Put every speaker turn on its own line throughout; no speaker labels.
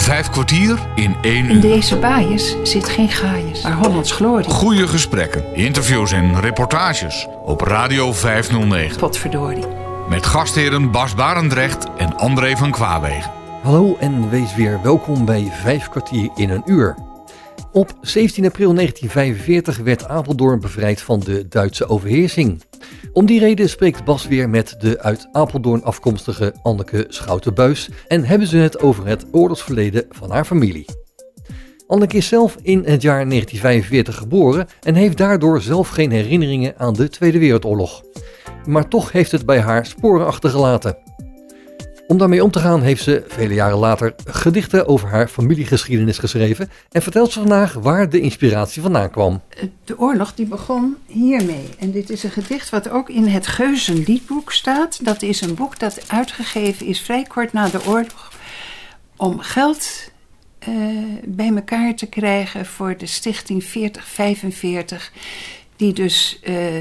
5 kwartier in 1 uur.
In deze baaiers zit geen gaaiers, maar Hollands glorie.
Goede gesprekken, interviews en reportages op Radio 509.
Potverdorie.
Met gastheren Bas Barendrecht en André van Kwaabegen.
Hallo en wees weer welkom bij 5 kwartier in een uur. Op 17 april 1945 werd Apeldoorn bevrijd van de Duitse overheersing. Om die reden spreekt Bas weer met de uit Apeldoorn afkomstige Anneke Schouten-Buys en hebben ze het over het oorlogsverleden van haar familie. Anneke is zelf in het jaar 1945 geboren en heeft daardoor zelf geen herinneringen aan de Tweede Wereldoorlog. Maar toch heeft het bij haar sporen achtergelaten. Om daarmee om te gaan heeft ze vele jaren later gedichten over haar familiegeschiedenis geschreven en vertelt ze vandaag waar de inspiratie vandaan kwam.
De oorlog die begon hiermee. En dit is een gedicht wat ook in het Geuzenliedboek staat. Dat is een boek dat uitgegeven is vrij kort na de oorlog om geld bij elkaar te krijgen voor de stichting 4045, die dus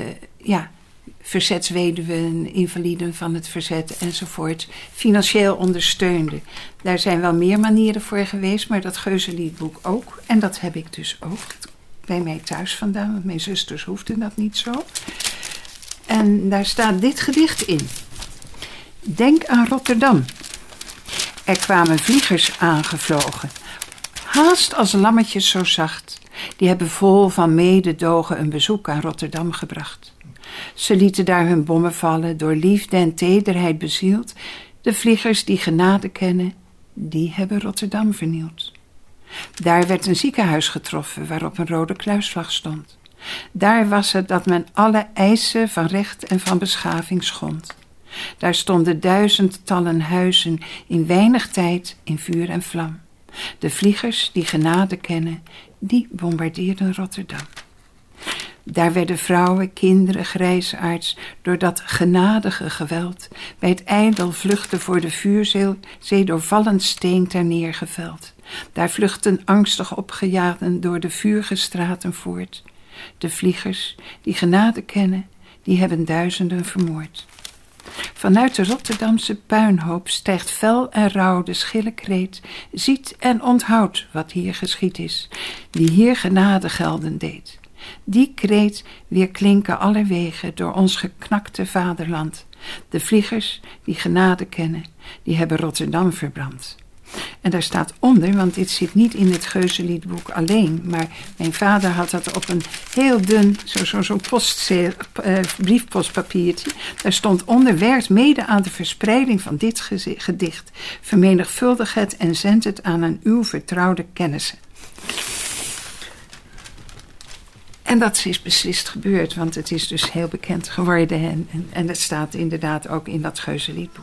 verzetsweduwen, invaliden van het verzet enzovoort financieel ondersteunde. Daar zijn wel meer manieren voor geweest, maar dat Geuzenliedboek ook. En dat heb ik dus ook bij mij thuis vandaan, want mijn zusters hoefden dat niet zo. En daar staat dit gedicht in. Denk aan Rotterdam. Er kwamen vliegers aangevlogen, haast als lammetjes zo zacht. Die hebben vol van mededogen een bezoek aan Rotterdam gebracht. Ze lieten daar hun bommen vallen, door liefde en tederheid bezield. De vliegers die genade kennen, die hebben Rotterdam vernield. Daar werd een ziekenhuis getroffen waarop een rode kruisvlag stond. Daar was het dat men alle eisen van recht en van beschaving schond. Daar stonden duizendtallen huizen in weinig tijd in vuur en vlam. De vliegers die genade kennen, die bombardeerden Rotterdam. Daar werden vrouwen, kinderen, grijsaards door dat genadige geweld bij het ijdel vluchten voor de vuurzee door vallend steen ter neergeveld. Daar vluchten angstig opgejaagden door de vurige straten voort. De vliegers die genade kennen, die hebben duizenden vermoord. Vanuit de Rotterdamse puinhoop stijgt fel en rauw de schille kreet. Ziet en onthoudt wat hier geschied is, die hier genade gelden deed. Die kreet weer klinken allerwegen door ons geknakte vaderland. De vliegers die genade kennen, die hebben Rotterdam verbrand. En daar staat onder, want dit zit niet in het Geuzenliedboek alleen, maar mijn vader had dat op een heel dun, zo'n briefpostpapiertje. Daar stond onder, werkt mede aan de verspreiding van dit gedicht. Vermenigvuldig het en zend het aan uw vertrouwde kennissen. En dat is beslist gebeurd, want het is dus heel bekend geworden en het staat inderdaad ook in dat Geuzenliedboek.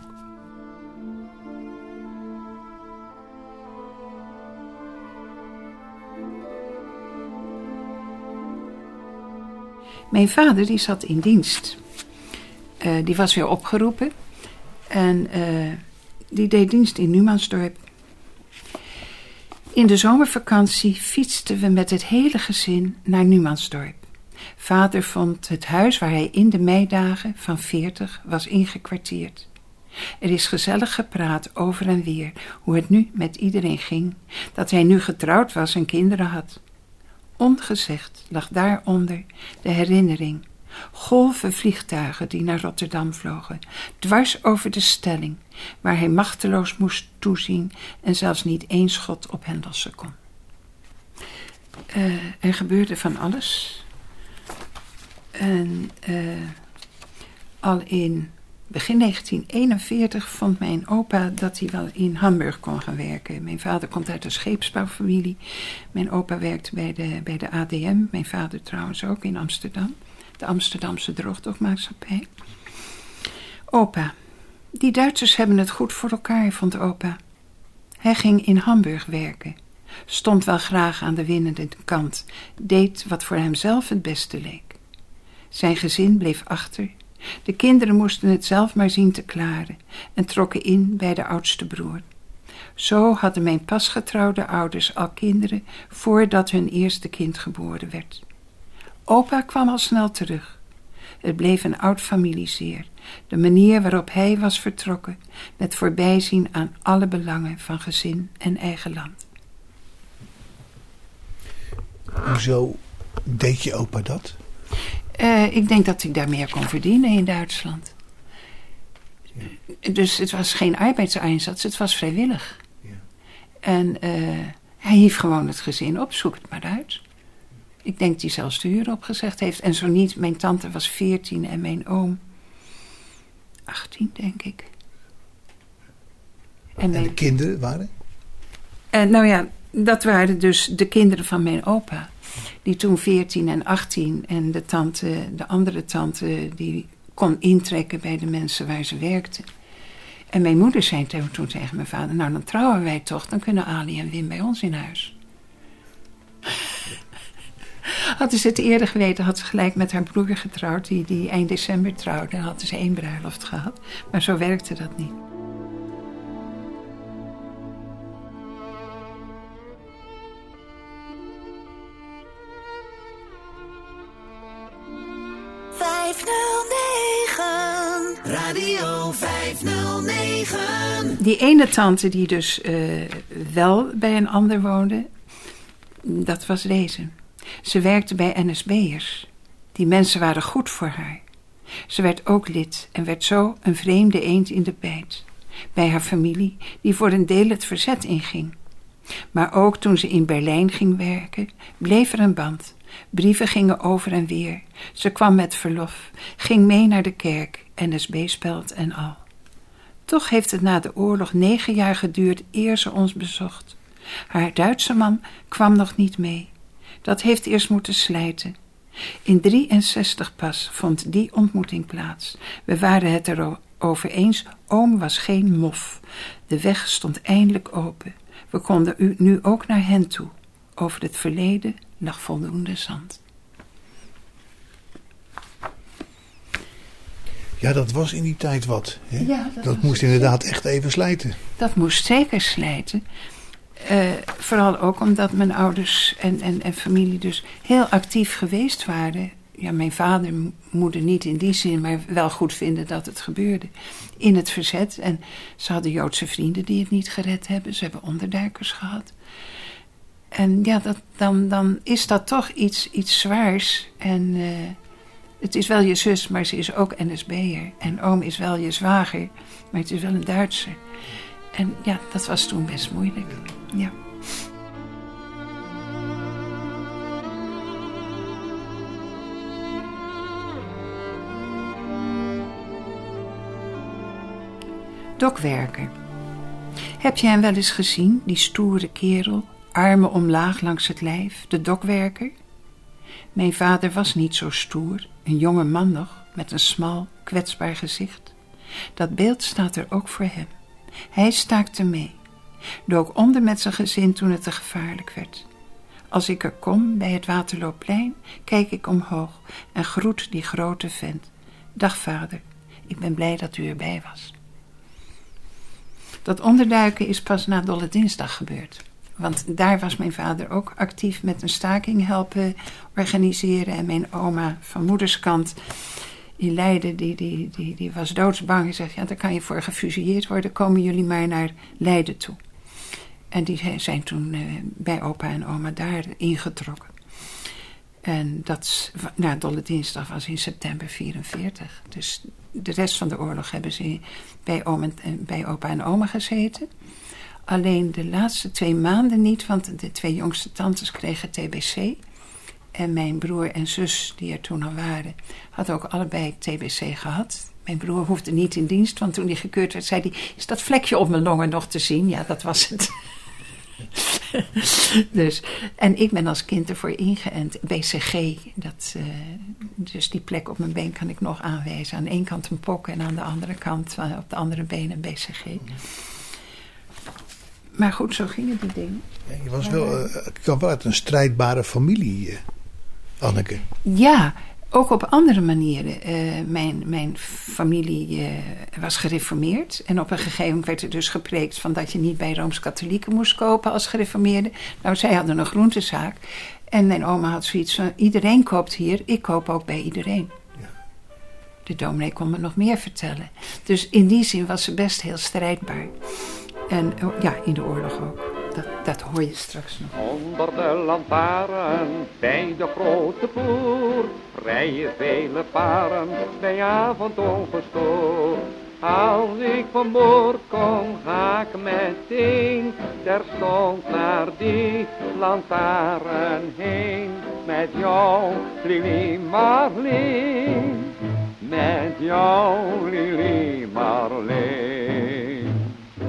Mijn vader die zat in dienst. Die was weer opgeroepen en die deed dienst in Numansdorp. In de zomervakantie fietsten we met het hele gezin naar Numansdorp. Vader vond het huis waar hij in de meidagen van 40 was ingekwartierd. Er is gezellig gepraat over en weer hoe het nu met iedereen ging, dat hij nu getrouwd was en kinderen had. Ongezegd lag daaronder de herinnering. Golven vliegtuigen die naar Rotterdam vlogen, dwars over de stelling, waar hij machteloos moest toezien en zelfs niet één schot op hen lossen kon. Er gebeurde van alles. En al in begin 1941 vond mijn opa dat hij wel in Hamburg kon gaan werken. Mijn vader komt uit een scheepsbouwfamilie. Mijn opa werkte bij de ADM, mijn vader trouwens ook in Amsterdam. De Amsterdamse Droogdokmaatschappij. Opa, die Duitsers hebben het goed voor elkaar, vond opa. Hij ging in Hamburg werken. Stond wel graag aan de winnende kant. Deed wat voor hemzelf het beste leek. Zijn gezin bleef achter. De kinderen moesten het zelf maar zien te klaren en trokken in bij de oudste broer. Zo hadden mijn pasgetrouwde ouders al kinderen voordat hun eerste kind geboren werd. Opa kwam al snel terug. Het bleef een oud familiezeer. De manier waarop hij was vertrokken, met voorbijzien aan alle belangen van gezin en eigen land.
Hoezo deed je opa dat?
Ik denk dat hij daar meer kon verdienen in Duitsland. Ja. Dus het was geen arbeidseinsatz, het was vrijwillig. Ja. En hij hief gewoon het gezin op, zoek het maar uit. Ik denk dat hij zelfs de huur opgezegd heeft. En zo niet, mijn tante was 14 en mijn oom 18, denk ik.
En de kinderen waren?
Nou ja, dat waren dus de kinderen van mijn opa. Die toen 14 en 18 en de andere tante, die kon intrekken bij de mensen waar ze werkten. En mijn moeder zei toen tegen mijn vader, nou dan trouwen wij toch, dan kunnen Ali en Wim bij ons in huis. Hadden ze het eerder geweten, had ze gelijk met haar broer getrouwd, die eind december trouwde. En hadden ze 1 bruiloft gehad. Maar zo werkte dat niet.
Radio 509.
Die ene tante die dus wel bij een ander woonde, dat was deze. Ze werkte bij NSB'ers. Die mensen waren goed voor haar. Ze werd ook lid en werd zo een vreemde eend in de bijt. Bij haar familie, die voor een deel het verzet inging. Maar ook toen ze in Berlijn ging werken, bleef er een band. Brieven gingen over en weer. Ze kwam met verlof, ging mee naar de kerk, NSB-speld en al. Toch heeft het na de oorlog 9 jaar geduurd eer ze ons bezocht. Haar Duitse man kwam nog niet mee. Dat heeft eerst moeten slijten. In 63 pas vond die ontmoeting plaats. We waren het erover eens, oom was geen mof. De weg stond eindelijk open. We konden nu ook naar hen toe. Over het verleden lag voldoende zand.
Ja, dat was in die tijd wat. Hè?
Ja,
dat moest inderdaad echt even slijten.
Dat moest zeker slijten. Vooral ook omdat mijn ouders en familie dus heel actief geweest waren. Ja, mijn vader, moeder niet in die zin, maar wel goed vinden dat het gebeurde. In het verzet. En ze hadden Joodse vrienden die het niet gered hebben. Ze hebben onderduikers gehad. En ja, dan is dat toch iets zwaars. En het is wel je zus, maar ze is ook NSB'er. En oom is wel je zwager, maar het is wel een Duitser. En ja, dat was toen best moeilijk. Ja. Dokwerker. Heb je hem wel eens gezien, die stoere kerel, armen omlaag langs het lijf, de dokwerker? Mijn vader was niet zo stoer, een jonge man nog, met een smal, kwetsbaar gezicht. Dat beeld staat er ook voor hem. Hij staakte mee, dook onder met zijn gezin toen het te gevaarlijk werd. Als ik er kom, bij het Waterloopplein, kijk ik omhoog en groet die grote vent. Dag vader, ik ben blij dat u erbij was. Dat onderduiken is pas na Dolle Dinsdag gebeurd. Want daar was mijn vader ook actief met een staking helpen organiseren. En mijn oma van moederskant in Leiden, die was doodsbang. Die zegt, ja, daar kan je voor gefusilleerd worden. Komen jullie maar naar Leiden toe. En die zijn toen bij opa en oma daar ingetrokken. En dat, Dolle Dinsdag was in september 1944. Dus de rest van de oorlog hebben ze bij opa en oma gezeten. Alleen de laatste 2 maanden niet, want de 2 jongste tantes kregen TBC. En mijn broer en zus, die er toen al waren, hadden ook allebei TBC gehad. Mijn broer hoefde niet in dienst, want toen hij gekeurd werd, zei hij, is dat vlekje op mijn longen nog te zien? Ja, dat was het. Dus, en ik ben als kind ervoor ingeënt. BCG, dus die plek op mijn been kan ik nog aanwijzen. Aan de ene kant een pok en aan de andere kant, op de andere been een BCG. Maar goed, zo gingen die dingen.
Ja, je was kwam wel uit een strijdbare familie, Anneke.
Ja, ook op andere manieren. Mijn familie was gereformeerd. En op een gegeven moment werd er dus gepreekt van dat je niet bij Rooms-Katholieken moest kopen als gereformeerde. Nou, zij hadden een groentezaak. En mijn oma had zoiets van, iedereen koopt hier, ik koop ook bij iedereen. Ja. De dominee kon me nog meer vertellen. Dus in die zin was ze best heel strijdbaar. En ja, in de oorlog ook. Dat hoor je straks nog.
Onder de lantaarn bij de grote vloer vrijen vele paren bij avond ongestoord. Als ik van boord kom, ga ik meteen terstond naar die lantaarn heen. Met jou, Lili Marleen, met jou, Lili Marleen.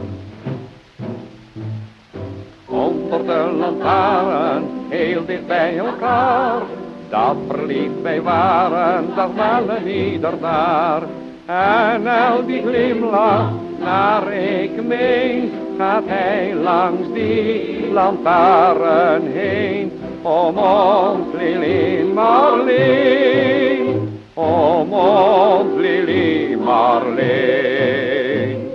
Onder de lantaarn, heel dicht bij elkaar, dat verliefd wij waren, dat wel ieder daar. En al die glimlach naar ik meen, gaat hij langs die lantaarn heen. Om ons Lili Marleen, om ons Lili Marleen.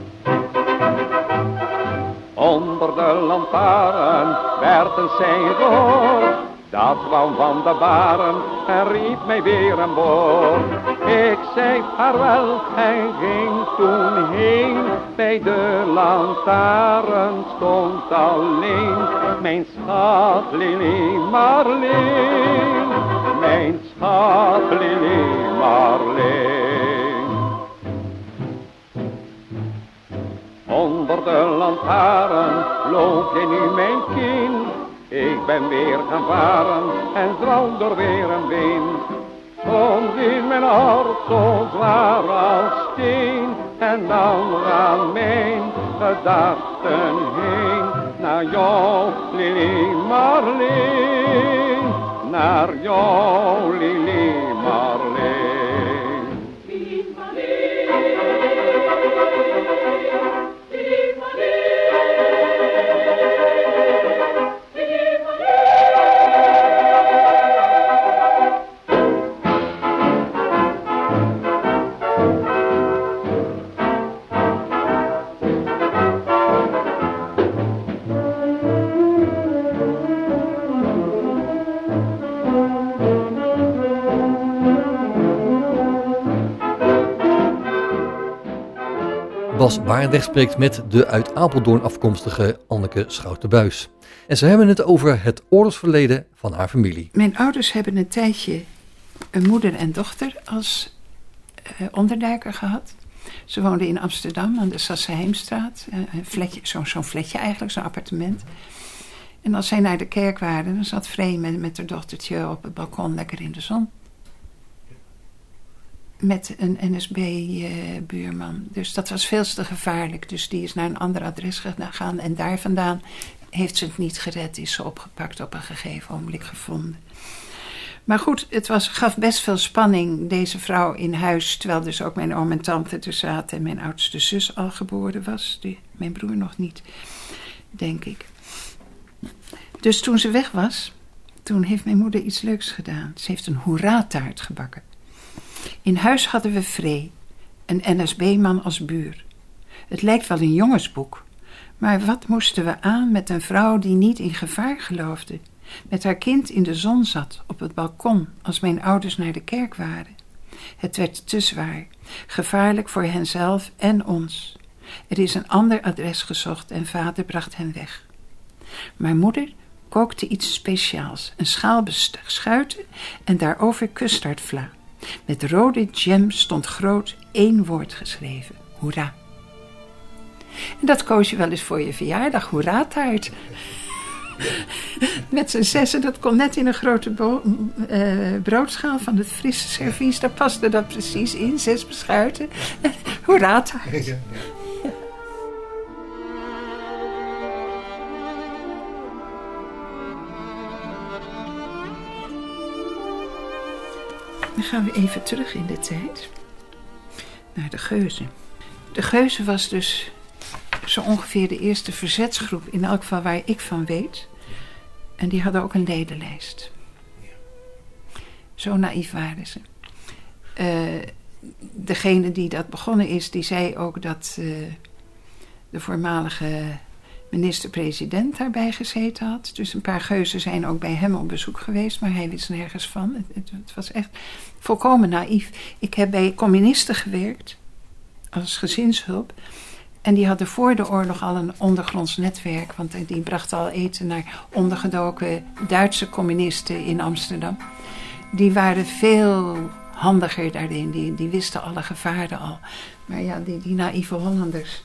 Onder de lantaarn werd een sein gehoord, dat kwam van de baren en riep mij weer aan boord. Ik zei vaarwel en ging toen heen. Bij de lantaarn stond alleen mijn schat Lili Marleen, mijn schat Lili Marleen. Onder de lantaarn loop je nu mijn kind. Ik ben weer gaan varen en dwal door weer een wind. Soms in mijn hart zo zwaar als steen. En dan gaan mijn gedachten heen naar jou, Lili Marleen. Naar jou, Lili Marleen.
Bas Barendrecht spreekt met de uit Apeldoorn afkomstige Anneke Schouten-Buys. En ze hebben het over het oorlogsverleden van haar familie.
Mijn ouders hebben een tijdje een moeder en dochter als onderduiker gehad. Ze woonden in Amsterdam aan de Sassenheimstraat. Een flatje, zo'n flatje eigenlijk, zo'n appartement. En als zij naar de kerk waren, dan zat Free met haar dochtertje op het balkon lekker in de zon. Met een NSB-buurman. Dus dat was veel te gevaarlijk. Dus die is naar een ander adres gegaan. En daar vandaan heeft ze het niet gered. Is ze opgepakt, op een gegeven ogenblik gevonden. Maar goed, het gaf best veel spanning, deze vrouw in huis. Terwijl dus ook mijn oom en tante er zaten. En mijn oudste zus al geboren was. Mijn broer nog niet, denk ik. Dus toen ze weg was, toen heeft mijn moeder iets leuks gedaan. Ze heeft een hoera-taart gebakken. In huis hadden we Free, een NSB-man als buur. Het lijkt wel een jongensboek, maar wat moesten we aan met een vrouw die niet in gevaar geloofde, met haar kind in de zon zat op het balkon als mijn ouders naar de kerk waren. Het werd te zwaar, gevaarlijk voor henzelf en ons. Er is een ander adres gezocht en vader bracht hen weg. Maar moeder kookte iets speciaals, een schaal beschuiten en daarover custardvla. Met rode jam stond groot 1 woord geschreven. Hoera. En dat koos je wel eens voor je verjaardag. Hoera-taart. Met z'n zessen, dat kon net in een grote broodschaal van het frisse servies. Daar paste dat precies in. 6 beschuiten. Hoera-taart. Ja. Dan gaan we even terug in de tijd. Naar de Geuzen. De Geuzen was dus zo ongeveer de eerste verzetsgroep, in elk geval waar ik van weet. En die hadden ook een ledenlijst. Zo naïef waren ze. Degene die dat begonnen is, die zei ook dat de voormalige minister-president daarbij gezeten had. Dus een paar geuzen zijn ook bij hem op bezoek geweest, maar hij wist nergens van. Het was echt volkomen naïef. Ik heb bij communisten gewerkt als gezinshulp. En die hadden voor de oorlog al een ondergronds netwerk. Want die brachten al eten naar ondergedoken Duitse communisten in Amsterdam. Die waren veel handiger daarin. Die wisten alle gevaren al. Maar ja, die naïeve Hollanders,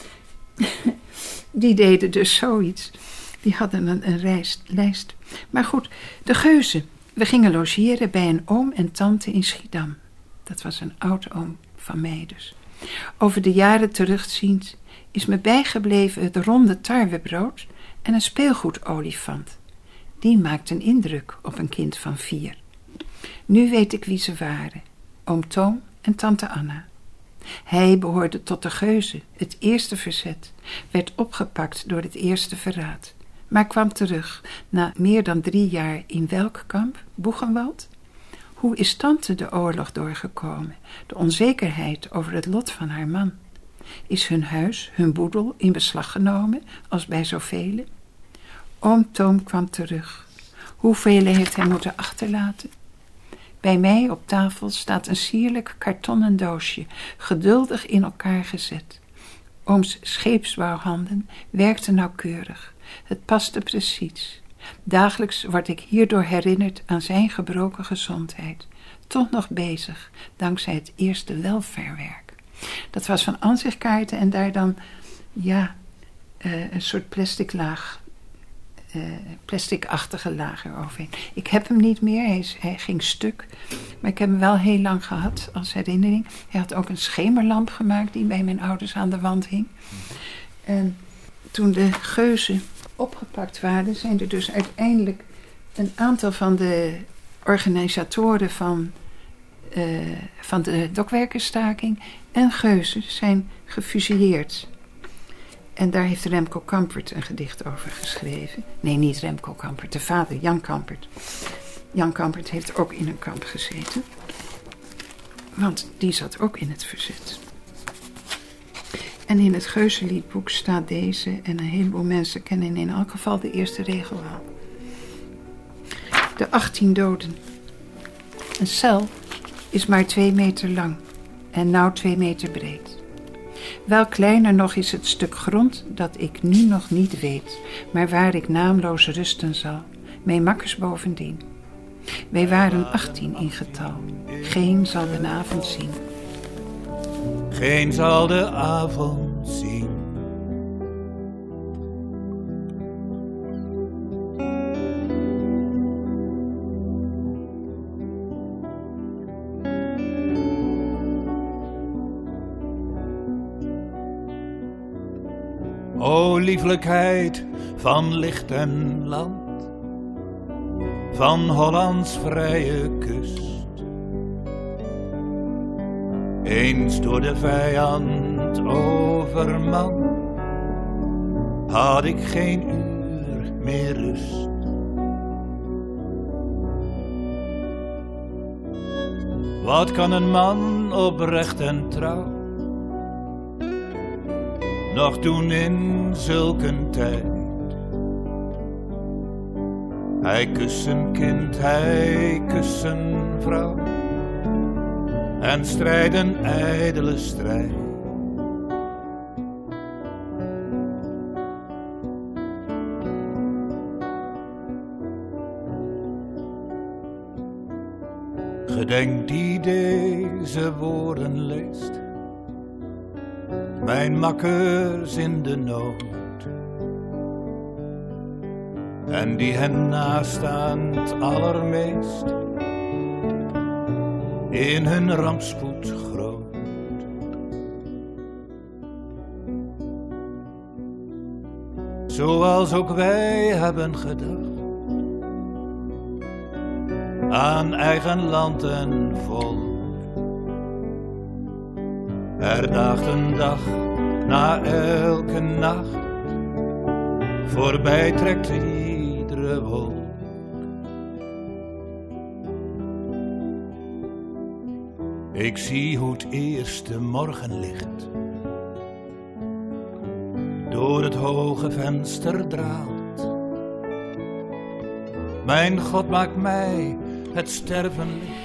die deden dus zoiets. Die hadden een lijst. Maar goed, de geuzen. We gingen logeren bij een oom en tante in Schiedam. Dat was een oud-oom van mij dus. Over de jaren terugziend is me bijgebleven het ronde tarwebrood en een speelgoedolifant. Die maakt een indruk op een kind van 4. Nu weet ik wie ze waren. Oom Toom en tante Anna. Hij behoorde tot de geuzen, het eerste verzet, werd opgepakt door het eerste verraad, maar kwam terug na meer dan 3 jaar in welk kamp? Boegenwald? Hoe is tante de oorlog doorgekomen? De onzekerheid over het lot van haar man. Is hun huis, hun boedel, in beslag genomen, als bij zoveel? Oom Toom kwam terug. Hoeveel heeft hij moeten achterlaten? Bij mij op tafel staat een sierlijk kartonnen doosje, geduldig in elkaar gezet. Ooms scheepsbouwhanden werkten nauwkeurig. Het paste precies. Dagelijks word ik hierdoor herinnerd aan zijn gebroken gezondheid. Toch nog bezig, dankzij het eerste welverwerk. Dat was van ansichtkaarten en daar dan, een soort plastic laag, plasticachtige laag eroverheen. Ik heb hem niet meer, hij ging stuk. Maar ik heb hem wel heel lang gehad als herinnering. Hij had ook een schemerlamp gemaakt die bij mijn ouders aan de wand hing. En toen de geuzen opgepakt waren, zijn er dus uiteindelijk een aantal van de organisatoren van de dokwerkersstaking en geuzen zijn gefusilleerd. En daar heeft Remco Kampert een gedicht over geschreven. Nee, niet Remco Kampert, de vader, Jan Kampert. Jan Kampert heeft ook in een kamp gezeten. Want die zat ook in het verzet. En in het geuzenliedboek staat deze, en een heleboel mensen kennen in elk geval de eerste regel al. De 18 doden. Een cel is maar 2 meter lang en nauw 2 meter breed. Wel kleiner nog is het stuk grond dat ik nu nog niet weet, maar waar ik naamloos rusten zal, mijn makkers bovendien. Wij waren 18 in getal, geen zal de avond zien.
Geen zal de avond zien. O lieflijkheid van licht en land, van Hollands vrije kust. Eens door de vijand overman, had ik geen uur meer rust. Wat kan een man oprecht en trouw nog doen in zulke tijd? Hij kust een kind, hij kust een vrouw en strijd een ijdele strijd. Gedenk die deze woorden leest, mijn makkers in de nood, en die hen nastaan het allermeest in hun rampspoed groot. Zoals ook wij hebben gedacht aan eigen land en volk. Er daagt een dag na elke nacht, voorbij trekt iedere wolk. Ik zie hoe het eerste morgenlicht door het hoge venster draalt. Mijn God maakt mij het sterven licht.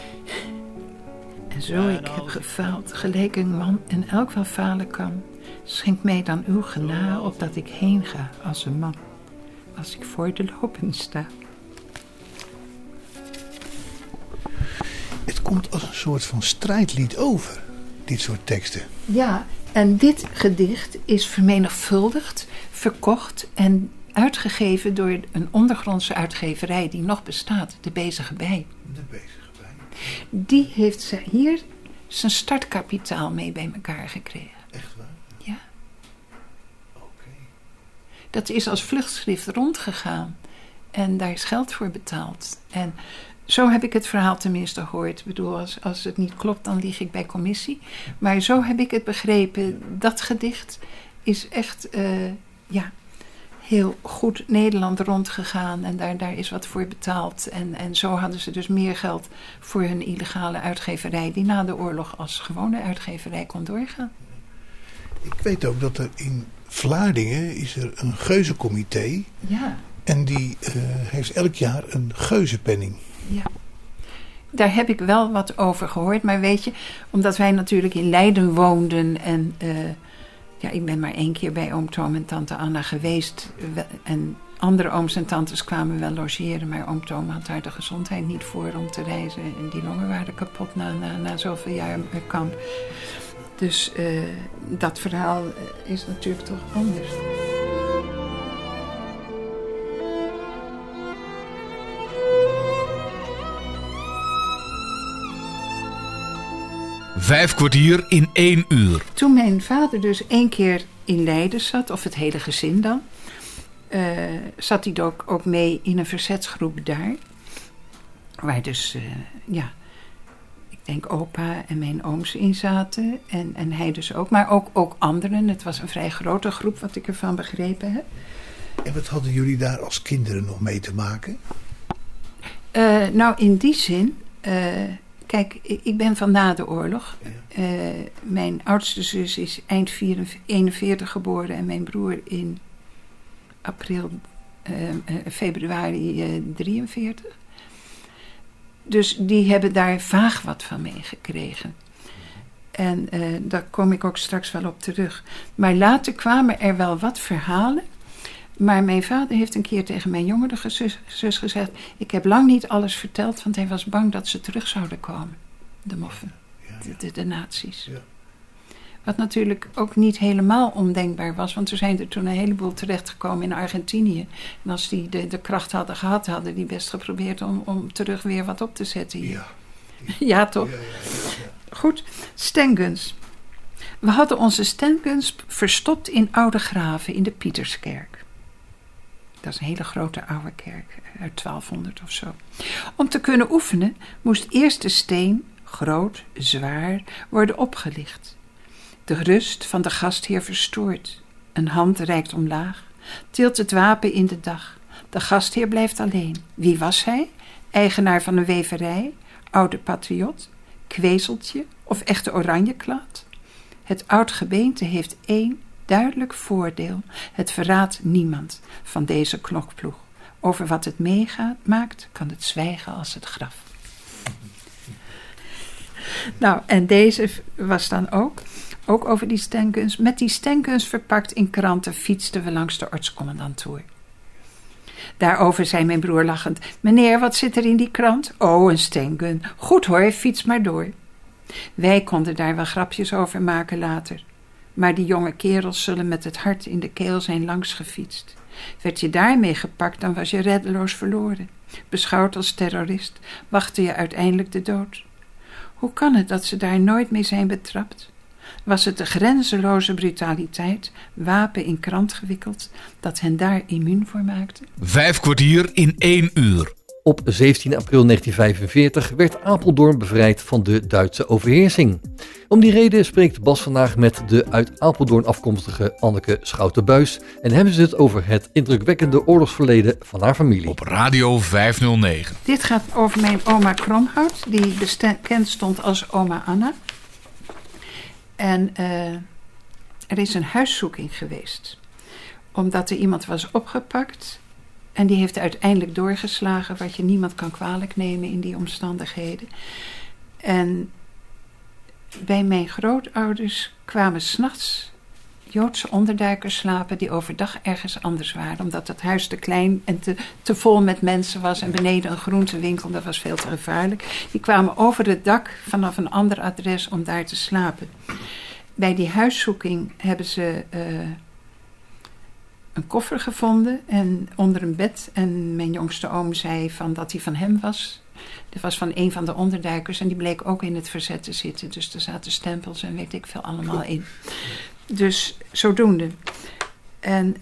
En zo ik heb gefaald, gelijk een man en elk wel falen kan, schenk mij dan uw genade, opdat ik heen ga als een man, als ik voor de lopen sta.
Het komt als een soort van strijdlied over, dit soort teksten.
Ja, en dit gedicht is vermenigvuldigd, verkocht en uitgegeven door een ondergrondse uitgeverij die nog bestaat, De Bezige Bij.
De Bezige Bij.
Die heeft hier zijn startkapitaal mee bij elkaar gekregen.
Echt waar?
Ja.
Oké.
Dat is als vluchtschrift rondgegaan en daar is geld voor betaald. En zo heb ik het verhaal tenminste gehoord. Ik bedoel, als het niet klopt, dan lieg ik bij commissie. Maar zo heb ik het begrepen. Dat gedicht is echt heel goed Nederland rondgegaan. En daar is wat voor betaald. En zo hadden ze dus meer geld voor hun illegale uitgeverij, die na de oorlog als gewone uitgeverij kon doorgaan.
Ik weet ook dat er in Vlaardingen is er een geuzencomité.
Ja.
En die heeft elk jaar een geuzenpenning.
Ja, daar heb ik wel wat over gehoord. Maar weet je, omdat wij natuurlijk in Leiden woonden en ik ben maar 1 keer bij oom Toom en tante Anna geweest. En andere ooms en tantes kwamen wel logeren, maar oom Toom had daar de gezondheid niet voor om te reizen. En die longen waren kapot na zoveel jaar kamp. Dus dat verhaal is natuurlijk toch anders.
Vijf kwartier in 1 uur.
Toen mijn vader dus 1 keer in Leiden zat, of het hele gezin dan, zat hij ook mee in een verzetsgroep daar. Waar dus, ik denk opa en mijn ooms in zaten. En hij dus ook, maar ook anderen. Het was een vrij grote groep, wat ik ervan begrepen heb.
En wat hadden jullie daar als kinderen nog mee te maken?
Nou, in die zin, kijk, ik ben van na de oorlog. Ja. Mijn oudste zus is eind 41 geboren en mijn broer in februari 43. Dus die hebben daar vaag wat van meegekregen. En daar kom ik ook straks wel op terug. Maar later kwamen er wel wat verhalen. Maar mijn vader heeft een keer tegen mijn jongere zus gezegd: ik heb lang niet alles verteld, want hij was bang dat ze terug zouden komen. De moffen, de nazi's. Ja. Wat natuurlijk ook niet helemaal ondenkbaar was, want er zijn er toen een heleboel terechtgekomen in Argentinië. En als die de kracht hadden gehad, hadden die best geprobeerd om terug weer wat op te zetten hier. Ja, ja toch? Ja. Goed, stenguns. We hadden onze stenguns verstopt in oude graven in de Pieterskerk. Dat is een hele grote oude kerk, uit 1200 of zo. Om te kunnen oefenen moest eerst de steen, groot, zwaar, worden opgelicht. De rust van de gastheer verstoord. Een hand reikt omlaag, tilt het wapen in de dag. De gastheer blijft alleen. Wie was hij? Eigenaar van een weverij? Oude patriot? Kwezeltje? Of echte oranjeklaat? Het oud gebeente heeft 1 duidelijk voordeel. Het verraadt niemand van deze knokploeg. Over wat het maakt, kan het zwijgen als het graf. Nou, en deze was dan ook over die stenguns. Met die stenguns verpakt in kranten fietsten we langs de ortscommandantoer. Daarover zei mijn broer lachend: meneer, wat zit er in die krant? Oh, een stengun. Goed hoor, fiets maar door. Wij konden daar wel grapjes over maken later. Maar die jonge kerels zullen met het hart in de keel zijn langsgefietst. Werd je daarmee gepakt, dan was je reddeloos verloren. Beschouwd als terrorist, wachtte je uiteindelijk de dood. Hoe kan het dat ze daar nooit mee zijn betrapt? Was het de grenzeloze brutaliteit, wapen in krant gewikkeld, dat hen daar immuun voor maakte?
5 kwartier in 1 uur.
Op 17 april 1945 werd Apeldoorn bevrijd van de Duitse overheersing. Om die reden spreekt Bas vandaag met de uit Apeldoorn afkomstige Anneke Schouten-Buys en hebben ze het over het indrukwekkende oorlogsverleden van haar familie.
Op Radio 509.
Dit gaat over mijn oma Kromhout, die bekend stond als oma Anna. En er is een huiszoeking geweest omdat er iemand was opgepakt. En die heeft uiteindelijk doorgeslagen, wat je niemand kan kwalijk nemen in die omstandigheden. En bij mijn grootouders kwamen 's nachts Joodse onderduikers slapen die overdag ergens anders waren. Omdat het huis te klein en te vol met mensen was. En beneden een groentewinkel, dat was veel te gevaarlijk. Die kwamen over het dak vanaf een ander adres om daar te slapen. Bij die huiszoeking hebben ze een koffer gevonden en onder een bed. En mijn jongste oom zei dat die van hem was. Dit was van een van de onderduikers en die bleek ook in het verzet te zitten. Dus er zaten stempels en weet ik veel allemaal in. Dus zodoende. En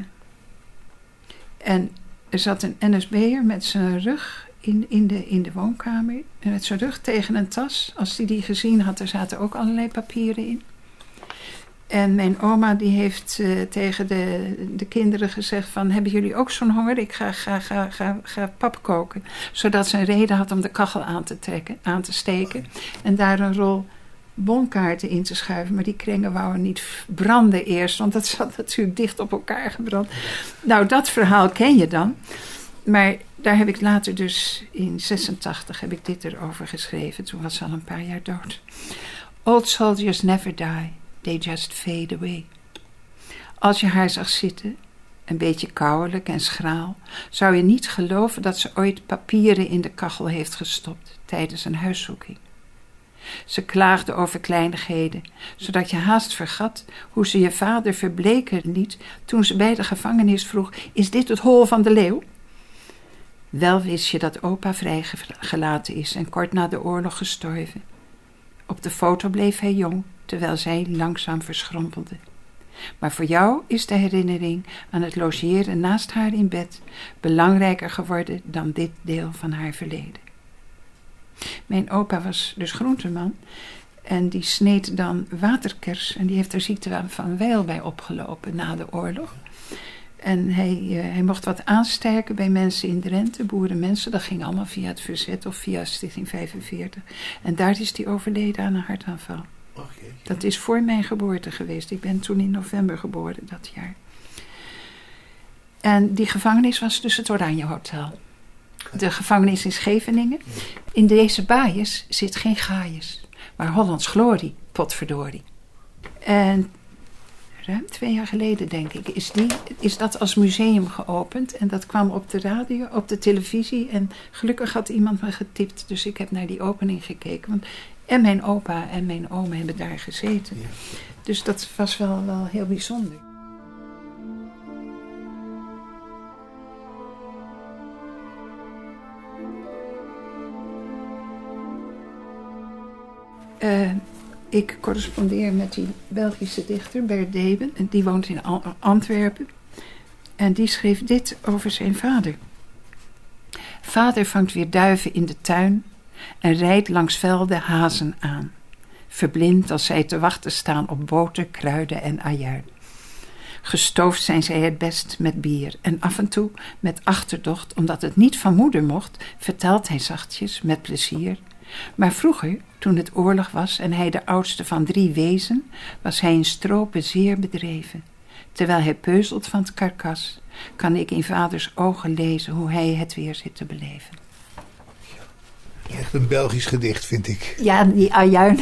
er zat een NSB'er met zijn rug in de woonkamer. En met zijn rug tegen een tas. Als hij die gezien had, er zaten ook allerlei papieren in. En mijn oma die heeft tegen de kinderen gezegd van... hebben jullie ook zo'n honger? Ik ga pap koken. Zodat ze een reden had om de kachel aan te steken. En daar een rol bonkaarten in te schuiven. Maar die kringen wouden niet branden eerst. Want dat zat natuurlijk dicht op elkaar gebrand. Nou, dat verhaal ken je dan. Maar daar heb ik later dus in 86 heb ik dit erover geschreven. Toen was ze al een paar jaar dood. Old soldiers never die. They just fade away. Als je haar zag zitten, een beetje kouwelijk en schraal, zou je niet geloven dat ze ooit papieren in de kachel heeft gestopt tijdens een huiszoeking. Ze klaagde over kleinigheden, zodat je haast vergat hoe ze je vader verbleken liet toen ze bij de gevangenis vroeg: is dit het hol van de leeuw? Wel wist je dat opa vrijgelaten is en kort na de oorlog gestorven. Op de foto bleef hij jong, terwijl zij langzaam verschrompelde. Maar voor jou is de herinnering aan het logeren naast haar in bed belangrijker geworden dan dit deel van haar verleden. Mijn opa was dus groenteman en die sneed dan waterkers en die heeft er ziekte van Weil bij opgelopen na de oorlog. En hij mocht wat aansterken bij mensen in Drenthe, boerenmensen. Dat ging allemaal via het verzet of via Stichting 45. En daar is hij overleden aan een hartaanval.
Okay.
Dat is voor mijn geboorte geweest. Ik ben toen in november geboren dat jaar. En die gevangenis was dus het Oranje Hotel. De gevangenis in Scheveningen. In deze baaiers zit geen gaaiers, maar Hollands glorie, potverdorie. En ruim 2 jaar geleden, denk ik, is dat als museum geopend. En dat kwam op de radio, op de televisie. En gelukkig had iemand me getipt, dus ik heb naar die opening gekeken. Want en mijn opa en mijn oma hebben daar gezeten. Ja. Dus dat was wel heel bijzonder. Ik correspondeer met die Belgische dichter Bert Deben. Die woont in Antwerpen. En die schreef dit over zijn vader. Vader vangt weer duiven in de tuin en rijdt langs velden hazen aan. Verblind als zij te wachten staan op boter, kruiden en ajuin. Gestoofd zijn zij het best met bier en af en toe met achterdocht, omdat het niet van moeder mocht, vertelt hij zachtjes met plezier. Maar vroeger, toen het oorlog was en hij de oudste van 3 wezen, was hij in stropen zeer bedreven. Terwijl hij peuzelt van het karkas, kan ik in vaders ogen lezen hoe hij het weer zit te beleven.
Echt een Belgisch gedicht, vind ik.
Ja, die ajuin.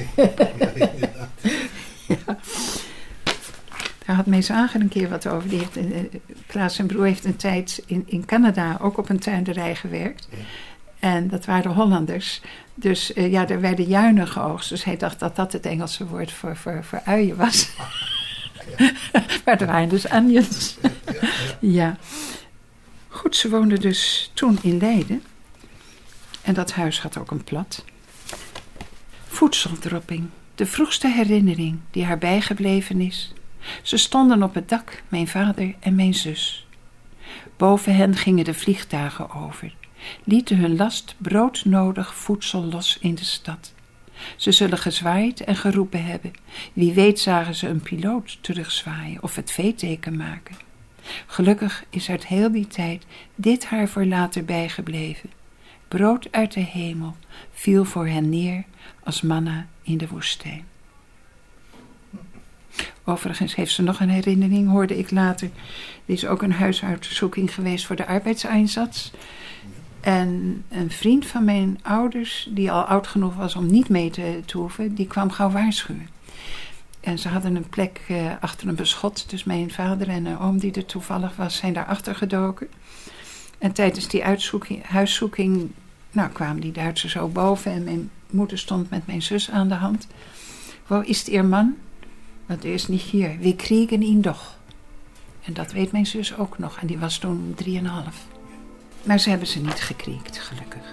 Ja. Daar had mijn zwager een keer wat over. Klaas zijn broer heeft een tijd in Canada ook op een tuinderij gewerkt. Ja. En dat waren Hollanders. Dus er werden juinen geoogst. Dus hij dacht dat dat het Engelse woord voor uien was. Ja. Maar er waren dus onions. Ja. Goed, ze woonden dus toen in Leiden. En dat huis had ook een plat. Voedseldropping. De vroegste herinnering die haar bijgebleven is. Ze stonden op het dak, mijn vader en mijn zus. Boven hen gingen de vliegtuigen over. Lieten hun last broodnodig voedsel los in de stad. Ze zullen gezwaaid en geroepen hebben. Wie weet zagen ze een piloot terugzwaaien of het V-teken maken. Gelukkig is uit heel die tijd dit haar voor later bijgebleven. Brood uit de hemel viel voor hen neer als manna in de woestijn. Overigens heeft ze nog een herinnering, hoorde ik later. Er is ook een huishoudzoeking geweest voor de arbeidseinsatz. En een vriend van mijn ouders, die al oud genoeg was om niet mee te hoeven, die kwam gauw waarschuwen. En ze hadden een plek achter een beschot. Dus mijn vader en een oom die er toevallig was, zijn daarachter gedoken. En tijdens die huiszoeking kwamen die Duitsers zo boven. En mijn moeder stond met mijn zus aan de hand. Wo ist Ihr Mann? Want er is niet hier. We kriegen ihn doch. En dat weet mijn zus ook nog. En die was toen 3,5. Maar ze hebben ze niet gekriegt, gelukkig.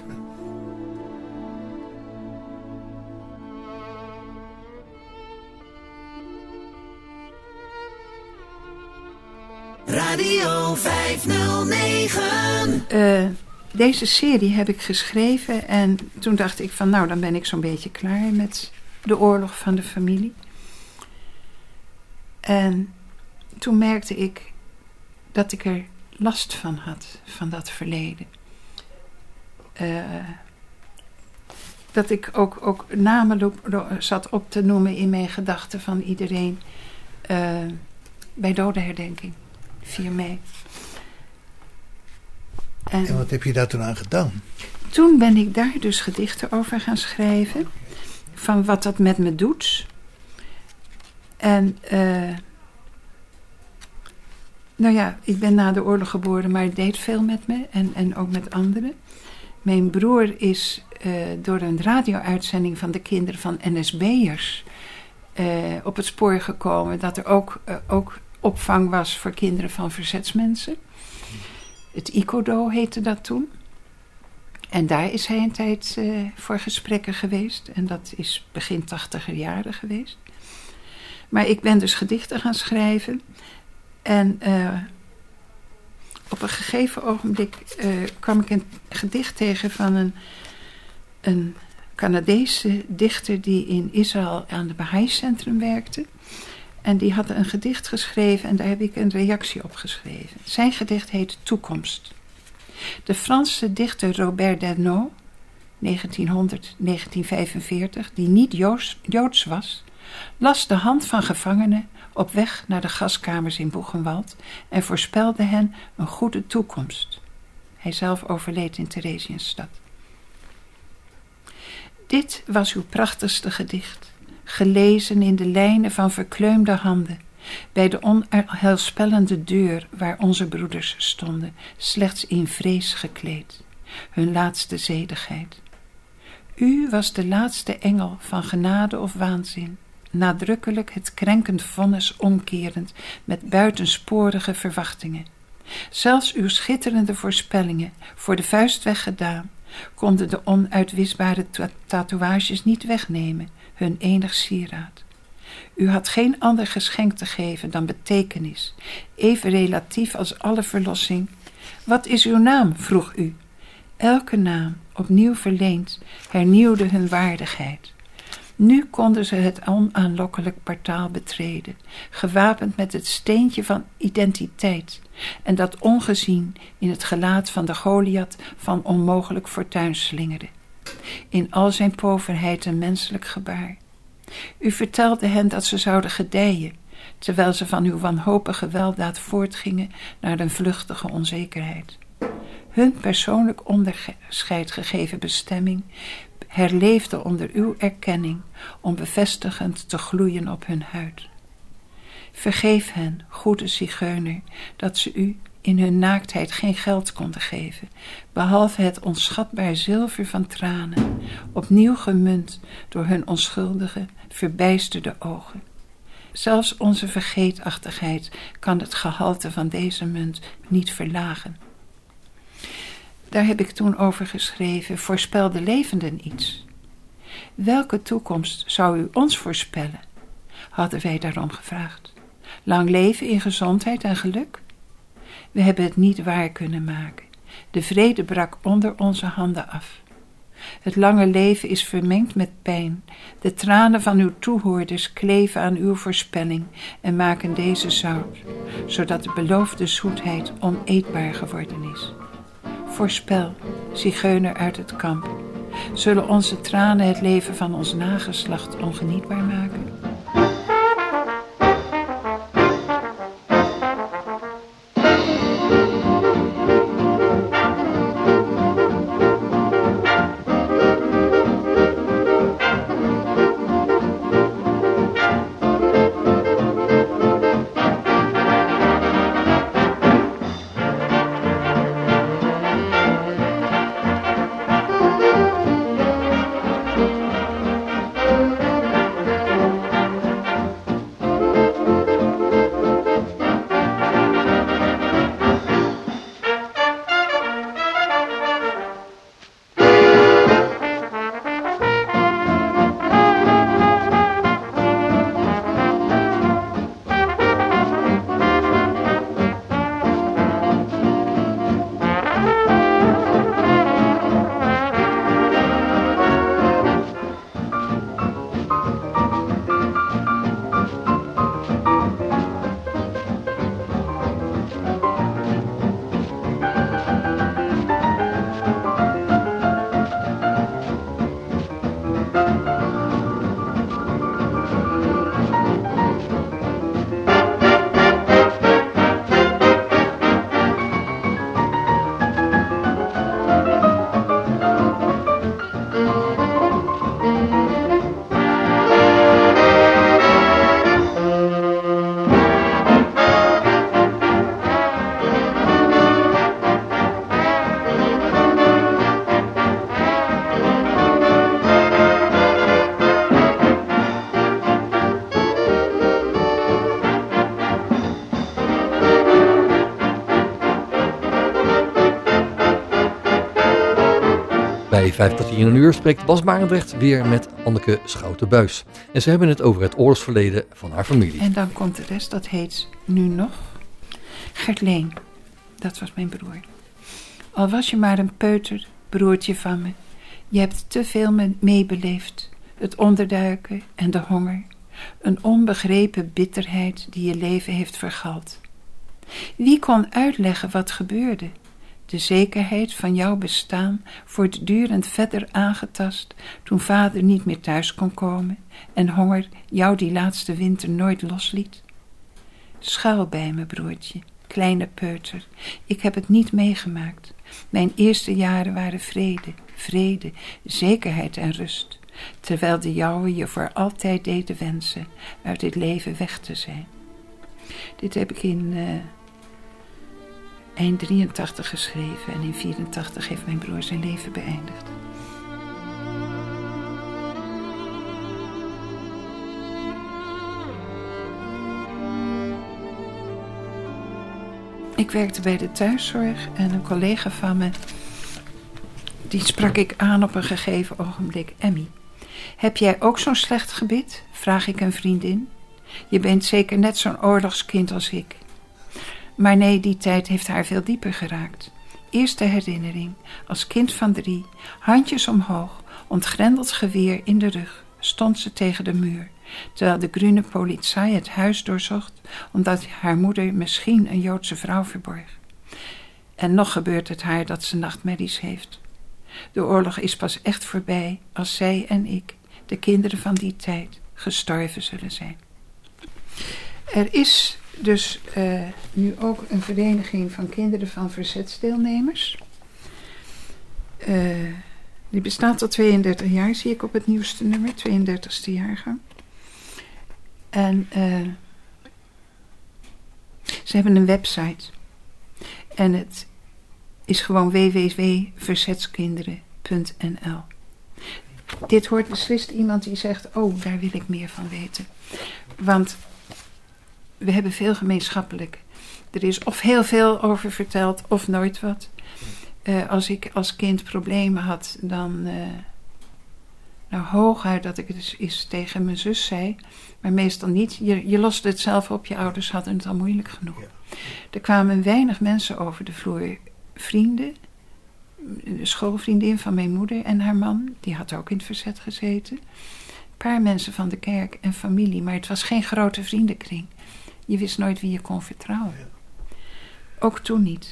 Radio 509.
Deze serie heb ik geschreven en toen dacht ik van dan ben ik zo'n beetje klaar met de oorlog van de familie. En toen merkte ik dat ik er last van had, van dat verleden. Dat ik ook namen zat op te noemen in mijn gedachten van iedereen bij dodenherdenking, 4 mei.
En wat heb je daar toen aan gedaan?
Toen ben ik daar dus gedichten over gaan schrijven. Van wat dat met me doet. En ik ben na de oorlog geboren, maar het deed veel met me. En ook met anderen. Mijn broer is door een radio-uitzending van de kinderen van NSB'ers op het spoor gekomen. Dat er ook opvang was voor kinderen van verzetsmensen. Het ICODO heette dat toen. En daar is hij een tijd voor gesprekken geweest. En dat is begin 80er jaren geweest. Maar ik ben dus gedichten gaan schrijven. En op een gegeven ogenblik kwam ik een gedicht tegen van een Canadese dichter die in Israël aan de Bahá'í-centrum werkte. En die had een gedicht geschreven en daar heb ik een reactie op geschreven. Zijn gedicht heet Toekomst. De Franse dichter Robert Desnos, 1900-1945, die niet Joods was, las de hand van gevangenen op weg naar de gaskamers in Boegenwald en voorspelde hen een goede toekomst. Hij zelf overleed in Theresienstadt. Dit was uw prachtigste gedicht, gelezen in de lijnen van verkleumde handen, bij de onheilspellende deur waar onze broeders stonden, slechts in vrees gekleed, hun laatste zedigheid. U was de laatste engel van genade of waanzin, nadrukkelijk het krenkend vonnis omkerend met buitensporige verwachtingen. Zelfs uw schitterende voorspellingen, voor de vuist weggedaan, konden de onuitwisbare tatoeages niet wegnemen, hun enig sieraad. U had geen ander geschenk te geven dan betekenis, even relatief als alle verlossing. Wat is uw naam? Vroeg u. Elke naam, opnieuw verleend, hernieuwde hun waardigheid. Nu konden ze het onaanlokkelijk portaal betreden, gewapend met het steentje van identiteit, en dat ongezien in het gelaat van de Goliath van onmogelijk fortuin slingerde. In al zijn poverheid een menselijk gebaar. U vertelde hen dat ze zouden gedijen, terwijl ze van uw wanhopige weldaad voortgingen naar een vluchtige onzekerheid. Hun persoonlijk onderscheid gegeven bestemming herleefde onder uw erkenning om bevestigend te gloeien op hun huid. Vergeef hen, goede zigeuner, dat ze u in hun naaktheid geen geld konden geven, behalve het onschatbaar zilver van tranen, opnieuw gemunt door hun onschuldige, verbijsterde ogen. Zelfs onze vergeetachtigheid kan het gehalte van deze munt niet verlagen. Daar heb ik toen over geschreven, voorspel de levenden iets. Welke toekomst zou u ons voorspellen? Hadden wij daarom gevraagd. Lang leven in gezondheid en geluk? We hebben het niet waar kunnen maken. De vrede brak onder onze handen af. Het lange leven is vermengd met pijn. De tranen van uw toehoorders kleven aan uw voorspelling en maken deze zout, zodat de beloofde zoetheid oneetbaar geworden is. Voorspel, zigeuner uit het kamp, zullen onze tranen het leven van ons nageslacht ongenietbaar maken?
Bij 5 kwartier in een uur spreekt Bas Barendrecht weer met Anneke Schouten-Buis. En ze hebben het over het oorlogsverleden van haar familie.
En dan komt de rest, dat heet nu nog Gert Leen. Dat was mijn broer. Al was je maar een peuter, broertje van me. Je hebt te veel meebeleefd. Het onderduiken en de honger. Een onbegrepen bitterheid die je leven heeft vergald. Wie kon uitleggen wat gebeurde? De zekerheid van jouw bestaan voortdurend verder aangetast toen vader niet meer thuis kon komen en honger jou die laatste winter nooit losliet? Schuil bij me, broertje, kleine peuter. Ik heb het niet meegemaakt. Mijn eerste jaren waren vrede, zekerheid en rust, terwijl de jouwe je voor altijd deden wensen uit dit leven weg te zijn. Dit heb ik in eind 83 geschreven en in 84 heeft mijn broer zijn leven beëindigd. Ik werkte bij de thuiszorg en een collega van me, die sprak ik aan op een gegeven ogenblik. Emmy, heb jij ook zo'n slecht gebit? Vraag ik een vriendin. Je bent zeker net zo'n oorlogskind als ik. Maar nee, die tijd heeft haar veel dieper geraakt. Eerste herinnering, als kind van 3, handjes omhoog, ontgrendeld geweer in de rug, stond ze tegen de muur, terwijl de groene politie het huis doorzocht, omdat haar moeder misschien een Joodse vrouw verborg. En nog gebeurt het haar dat ze nachtmerries heeft. De oorlog is pas echt voorbij als zij en ik, de kinderen van die tijd, gestorven zullen zijn. Er is dus nu ook een vereniging van kinderen van verzetsdeelnemers. Die bestaat tot 32 jaar, zie ik op het nieuwste nummer, 32e jaargang. En ze hebben een website. En het is gewoon www.verzetskinderen.nl. Dit hoort beslist iemand die zegt, oh, daar wil ik meer van weten. Want we hebben veel gemeenschappelijk. Er is of heel veel over verteld of nooit wat. Als ik als kind problemen had, dan nou hooguit dat ik het dus eens tegen mijn zus zei, maar meestal niet. Je loste het zelf op, je ouders hadden het al moeilijk genoeg. Ja. Er kwamen weinig mensen over de vloer. Vrienden, de schoolvriendin van mijn moeder en haar man, die had ook in het verzet gezeten. Een paar mensen van de kerk en familie, maar het was geen grote vriendenkring. Je wist nooit wie je kon vertrouwen. Ja. Ook toen niet.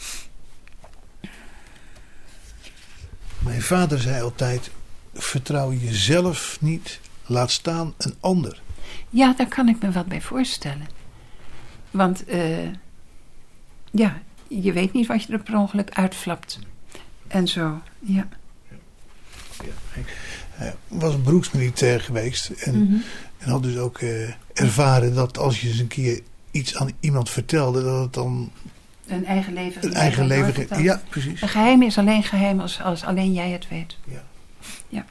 Mijn vader zei altijd, vertrouw jezelf niet, laat staan een ander.
Ja, daar kan ik me wat bij voorstellen. Want ja, je weet niet wat je er per ongeluk uitflapt. En zo, ja.
Hij was beroepsmilitair geweest en had dus ook ervaren dat als je eens een keer iets aan iemand vertelde, dat het dan
een eigen leven.
Een eigen leven. Ja, precies.
Een geheim is alleen geheim als alleen jij het weet.
Ja.
Ja.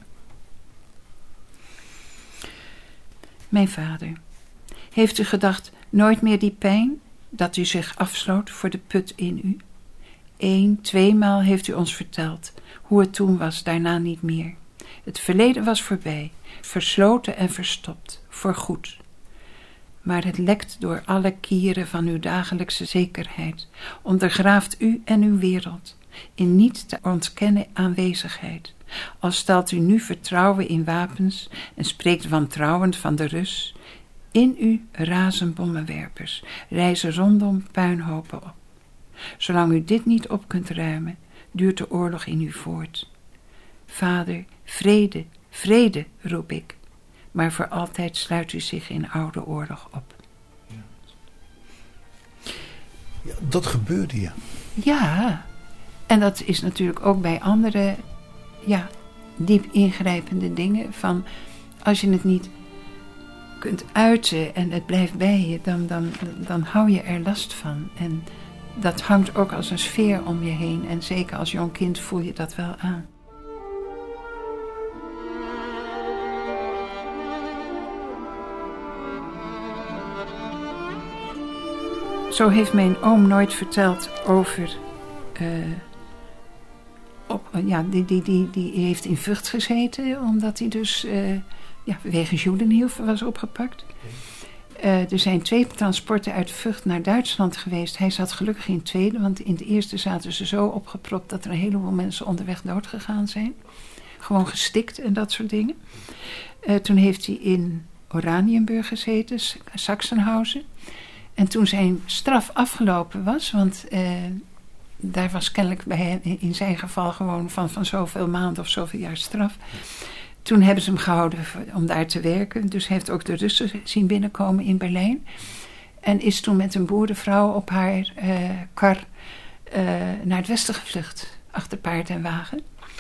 Mijn vader. Heeft u gedacht, nooit meer die pijn, dat u zich afsloot voor de put in u? 1, 2 maal heeft u ons verteld hoe het toen was, daarna niet meer. Het verleden was voorbij, versloten en verstopt, voorgoed. Maar het lekt door alle kieren van uw dagelijkse zekerheid, ondergraaft u en uw wereld, in niet te ontkennen aanwezigheid. Al stelt u nu vertrouwen in wapens en spreekt wantrouwend van de Rus, in u razen bommenwerpers, rijzen rondom puinhopen op. Zolang u dit niet op kunt ruimen, duurt de oorlog in u voort. Vader, vrede, vrede, roep ik. Maar voor altijd sluit u zich in oude oorlog op.
Ja, dat gebeurde, ja.
Ja, en dat is natuurlijk ook bij andere, ja, diep ingrijpende dingen. Van, als je het niet kunt uiten en het blijft bij je, dan hou je er last van. En dat hangt ook als een sfeer om je heen. En zeker als jong kind voel je dat wel aan. Zo heeft mijn oom nooit verteld over Die heeft in Vught gezeten, omdat hij dus wegens Judenhilfe was opgepakt. Er zijn 2 transporten uit Vught naar Duitsland geweest. Hij zat gelukkig in het tweede, want in het eerste zaten ze zo opgepropt dat er een heleboel mensen onderweg doodgegaan zijn. Gewoon gestikt en dat soort dingen. Toen heeft hij in Oranienburg gezeten, Sachsenhausen. En toen zijn straf afgelopen was, want daar was kennelijk bij hem, in zijn geval gewoon van zoveel maanden of zoveel jaar straf. Toen hebben ze hem gehouden om daar te werken. Dus heeft ook de Russen zien binnenkomen in Berlijn. En is toen met een boerenvrouw op haar kar naar het westen gevlucht. Achter paard en wagen.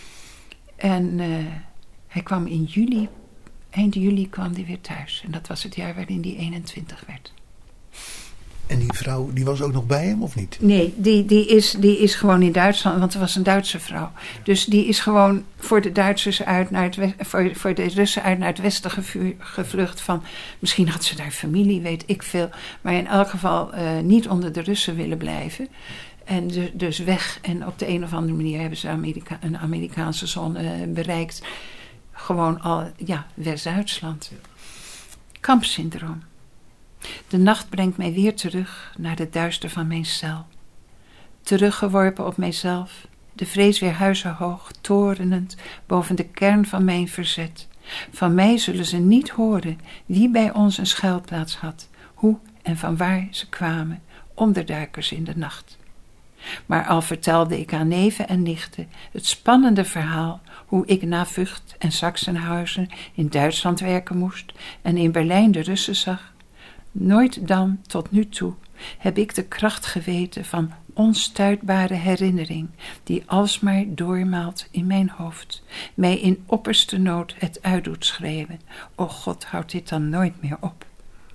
En hij kwam in juli, eind juli kwam hij weer thuis. En dat was het jaar waarin hij 21 werd.
En die vrouw, die was ook nog bij hem of niet? Nee,
die is gewoon in Duitsland, want het was een Duitse vrouw. Dus die is gewoon voor de Duitsers uit naar het voor de Russen uit naar het westen gevlucht. Van, misschien had ze daar familie, weet ik veel. Maar in elk geval niet onder de Russen willen blijven. En dus weg. En op de een of andere manier hebben ze een Amerikaanse zone bereikt. Gewoon al, West-Duitsland. Kampsyndroom. De nacht brengt mij weer terug naar het duister van mijn cel. Teruggeworpen op mijzelf, de vrees weer huizenhoog, torenend boven de kern van mijn verzet. Van mij zullen ze niet horen wie bij ons een schuilplaats had, hoe en van waar ze kwamen, onderduikers in de nacht. Maar al vertelde ik aan neven en nichten het spannende verhaal hoe ik na Vught en Sachsenhausen in Duitsland werken moest en in Berlijn de Russen zag. Nooit dan, tot nu toe, heb ik de kracht geweten van onstuitbare herinnering, die alsmaar doormaalt in mijn hoofd, mij in opperste nood het uit doet schreeuwen. O God, houd dit dan nooit meer op.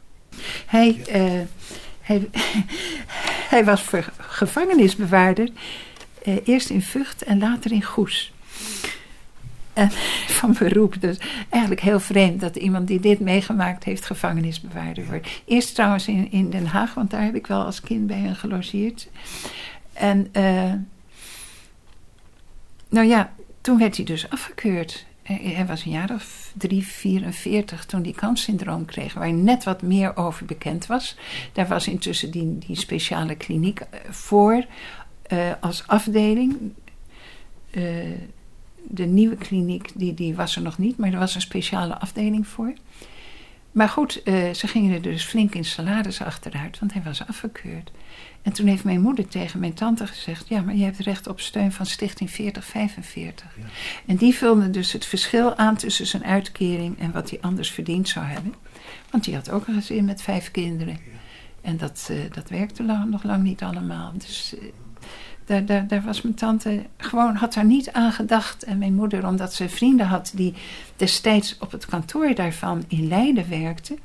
Hij was gevangenisbewaarder, eerst in Vught en later in Goes. En van beroep, dus eigenlijk heel vreemd dat iemand die dit meegemaakt heeft gevangenisbewaarder wordt. Eerst trouwens in Den Haag, want daar heb ik wel als kind bij hen gelogeerd. En toen werd hij dus afgekeurd. Hij was een jaar of 44 toen hij kampsyndroom kreeg, waar net wat meer over bekend was. Daar was intussen die speciale kliniek voor als afdeling. De nieuwe kliniek, die was er nog niet, maar er was een speciale afdeling voor. Maar goed, ze gingen er dus flink in salaris achteruit, want hij was afgekeurd. En toen heeft mijn moeder tegen mijn tante gezegd, ja, maar je hebt recht op steun van Stichting 4045. Ja. En die vulde dus het verschil aan tussen zijn uitkering en wat hij anders verdiend zou hebben. Want die had ook een gezin met 5 kinderen. Ja. En dat werkte nog lang niet allemaal. Dus daar was mijn tante gewoon, had daar niet aan gedacht. En mijn moeder, omdat ze vrienden had die destijds op het kantoor daarvan in Leiden werkten.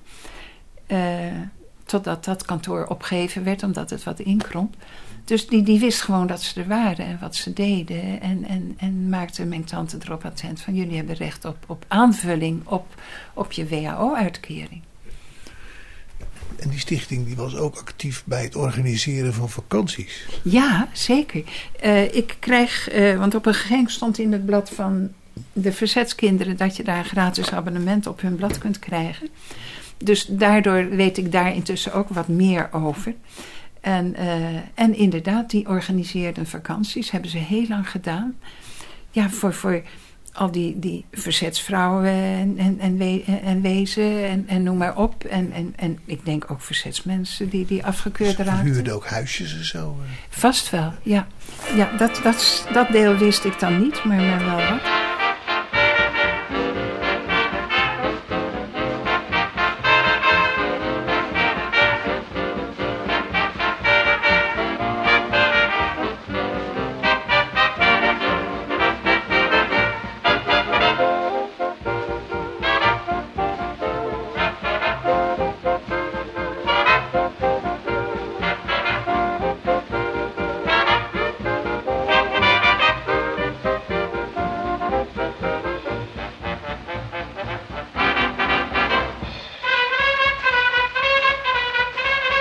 Totdat dat kantoor opgegeven werd, omdat het wat inkromp. Dus die wist gewoon dat ze er waren en wat ze deden. En maakte mijn tante erop attent van, jullie hebben recht op aanvulling op je WHO-uitkering.
En die stichting die was ook actief bij het organiseren van vakanties.
Ja, zeker. Ik krijg, want op een gegeven moment stond in het blad van de verzetskinderen dat je daar een gratis abonnement op hun blad kunt krijgen. Dus daardoor weet ik daar intussen ook wat meer over. En inderdaad, die organiseerden vakanties, hebben ze heel lang gedaan. Ja, voor al die verzetsvrouwen en wezen en noem maar op. En ik denk ook verzetsmensen die afgekeurd raakten.
Ze huurden ook huisjes en zo?
Vast wel, ja. Ja, dat deel wist ik dan niet, maar wel wat.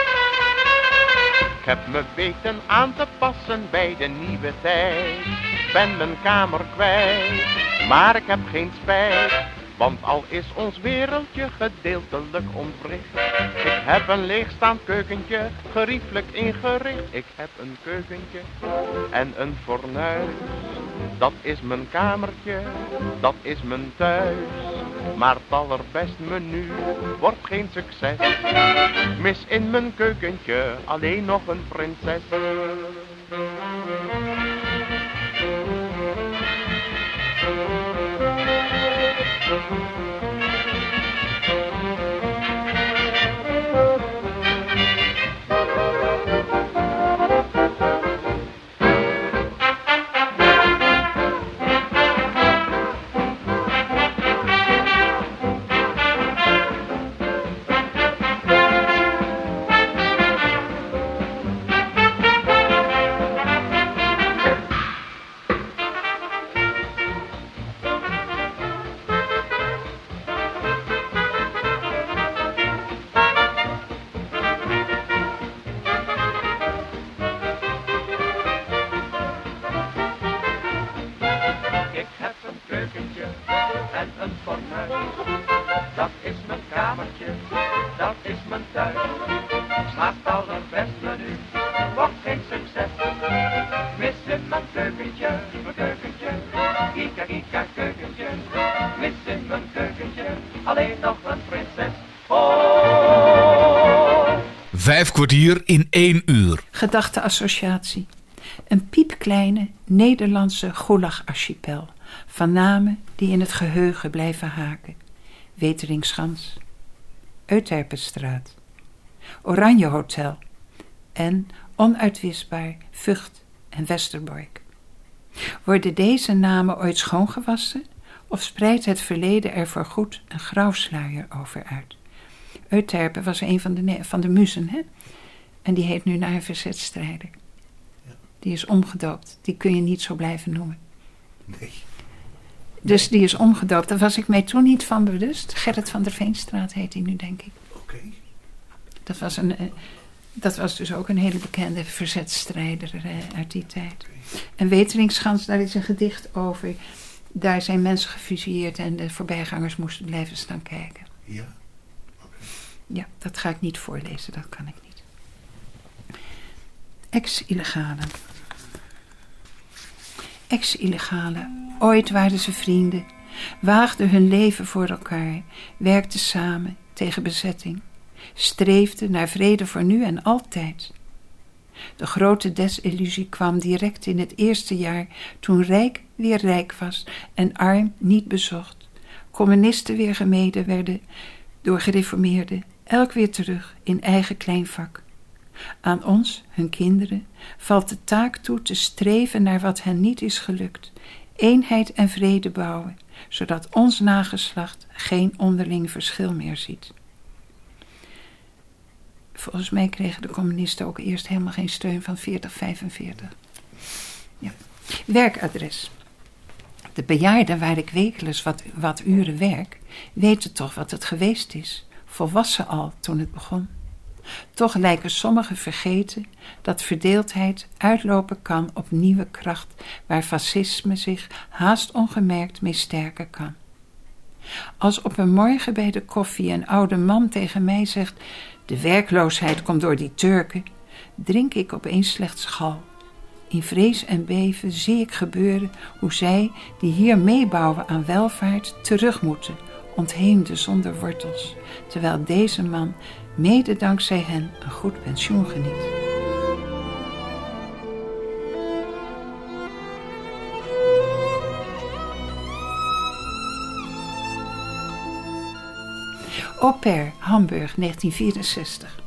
Ik heb me weten aan te passen bij de nieuwe tijd. ben mijn kamer kwijt, maar ik heb geen spijt. Want al is ons wereldje gedeeltelijk ontwricht, ik heb een leegstaand keukentje, geriefelijk ingericht. Ik heb een keukentje en een fornuis, dat is mijn kamertje, dat is mijn thuis. Maar het allerbest menu wordt geen succes, mis in mijn keukentje alleen nog een prinses.
Vijf kwartier in 1 uur.
Gedachteassociatie. Een piepkleine Nederlandse Gulag-archipel van namen die in het geheugen blijven haken. Weteringschans, Euterpenstraat, Oranje Hotel en onuitwisbaar Vught en Westerbork. Worden deze namen ooit schoongewassen of spreidt het verleden er voorgoed een grauwsluier over uit? Euterpen was een van de muzen, hè? En die heet nu naar een verzetstrijder. Ja. Die is omgedoopt. Die kun je niet zo blijven noemen. Nee. Dus die is omgedoopt. Daar was ik mij toen niet van bewust. Gerrit van der Veenstraat heet hij nu, denk ik.
Oké.
Dat was dus ook een hele bekende verzetstrijder uit die tijd. Okay. En Weteringschans, daar is een gedicht over. Daar zijn mensen gefusilleerd en de voorbijgangers moesten blijven staan kijken.
Ja.
Ja, dat ga ik niet voorlezen, dat kan ik niet. Ex-illegalen. Ex-illegalen, ooit waren ze vrienden, waagden hun leven voor elkaar, werkten samen tegen bezetting, streefden naar vrede voor nu en altijd. De grote desillusie kwam direct in het eerste jaar, toen rijk weer rijk was en arm niet bezocht, communisten weer gemeden werden door gereformeerden, elk weer terug in eigen klein vak. Aan ons, hun kinderen, valt de taak toe te streven naar wat hen niet is gelukt, eenheid en vrede bouwen, zodat ons nageslacht geen onderling verschil meer ziet. Volgens mij kregen de communisten ook eerst helemaal geen steun van 40-45. Ja. Werkadres. De bejaarden waar ik wekelijks wat uren werk, weten toch wat het geweest is, volwassen al toen het begon. Toch lijken sommigen vergeten dat verdeeldheid uitlopen kan op nieuwe kracht, waar fascisme zich haast ongemerkt mee sterken kan. Als op een morgen bij de koffie een oude man tegen mij zegt: de werkloosheid komt door die Turken, drink ik opeens slechts gal. In vrees en beven zie ik gebeuren hoe zij, die hier meebouwen aan welvaart, terug moeten, ontheemden zonder wortels, terwijl deze man, mede dankzij hen, een goed pensioen geniet. Au pair, Hamburg, 1964.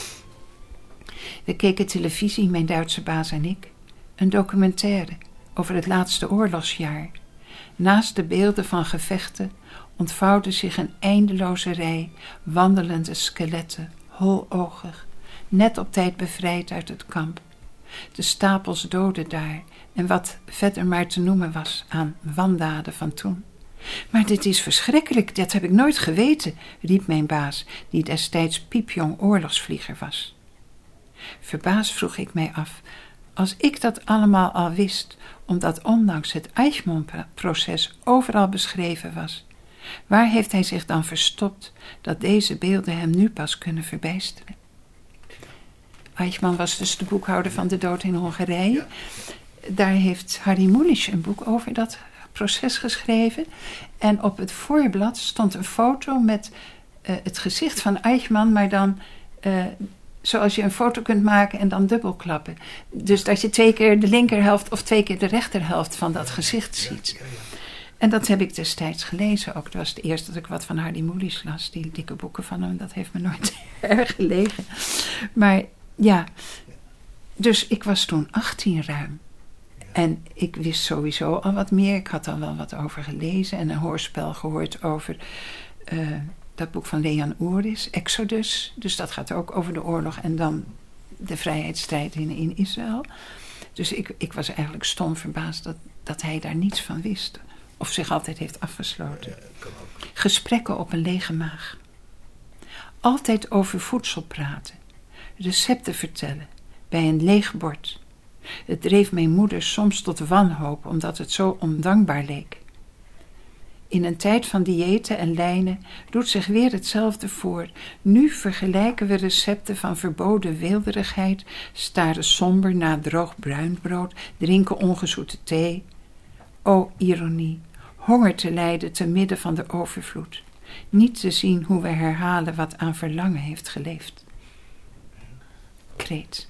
We keken televisie, mijn Duitse baas en ik. Een documentaire over het laatste oorlogsjaar. Naast de beelden van gevechten ontvouwde zich een eindeloze rij wandelende skeletten, holoogig, net op tijd bevrijd uit het kamp. De stapels doden daar en wat verder maar te noemen was aan wandaden van toen. Maar dit is verschrikkelijk, dat heb ik nooit geweten, riep mijn baas, die destijds piepjong oorlogsvlieger was. Verbaasd vroeg ik mij af Als ik dat allemaal al wist, omdat ondanks het Eichmann-proces overal beschreven was, waar heeft hij zich dan verstopt dat deze beelden hem nu pas kunnen verbijsteren? Eichmann was dus de boekhouder van de dood in Hongarije. Ja. Daar heeft Harry Mulisch een boek over dat proces geschreven. En op het voorblad stond een foto met het gezicht van Eichmann, maar dan zoals je een foto kunt maken en dan dubbelklappen. Dus dat je 2 keer de linkerhelft of 2 keer de rechterhelft van dat gezicht ziet. En dat heb ik destijds gelezen ook. Dat was het eerst dat ik wat van Harry Mulisch las. Die dikke boeken van hem, dat heeft me nooit erg gelegen. Maar ja, dus ik was toen 18 ruim. En ik wist sowieso al wat meer. Ik had al wel wat over gelezen en een hoorspel gehoord over dat boek van Leon Uris, Exodus. Dus dat gaat ook over de oorlog en dan de vrijheidsstrijd in Israël. Dus ik was eigenlijk stom verbaasd dat hij daar niets van wist. Of zich altijd heeft afgesloten. Gesprekken op een lege maag. Altijd over voedsel praten. Recepten vertellen. Bij een leeg bord. Het dreef mijn moeder soms tot wanhoop, omdat het zo ondankbaar leek. In een tijd van diëten en lijnen doet zich weer hetzelfde voor. Nu vergelijken we recepten van verboden weelderigheid, staren somber na droog bruinbrood, drinken ongezoete thee. O ironie, honger te lijden te midden van de overvloed. Niet te zien hoe we herhalen wat aan verlangen heeft geleefd. Kreet.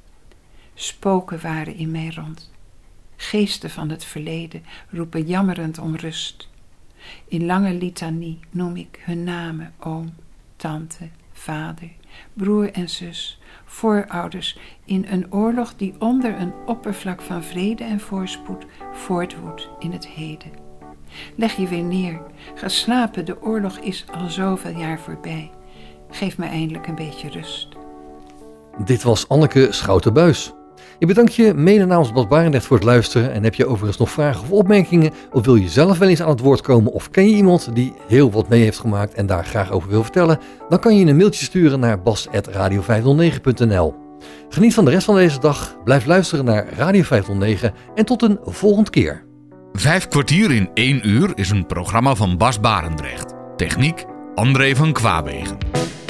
Spoken waren in mij rond. Geesten van het verleden roepen jammerend om rust. In lange litanie noem ik hun namen: oom, tante, vader, broer en zus, voorouders in een oorlog die onder een oppervlak van vrede en voorspoed voortwoedt in het heden. Leg je weer neer, ga slapen, de oorlog is al zoveel jaar voorbij. Geef me eindelijk een beetje rust.
Dit was Anneke Schouten-Buis. Ik bedank je mede namens Bas Barendrecht voor het luisteren. En heb je overigens nog vragen of opmerkingen, of wil je zelf wel eens aan het woord komen, of ken je iemand die heel wat mee heeft gemaakt en daar graag over wil vertellen, dan kan je een mailtje sturen naar bas@radio509.nl. Geniet van de rest van deze dag, blijf luisteren naar Radio 509 en tot een volgende keer.
5 kwartier in 1 uur is een programma van Bas Barendrecht. Techniek André van Kwaabegen.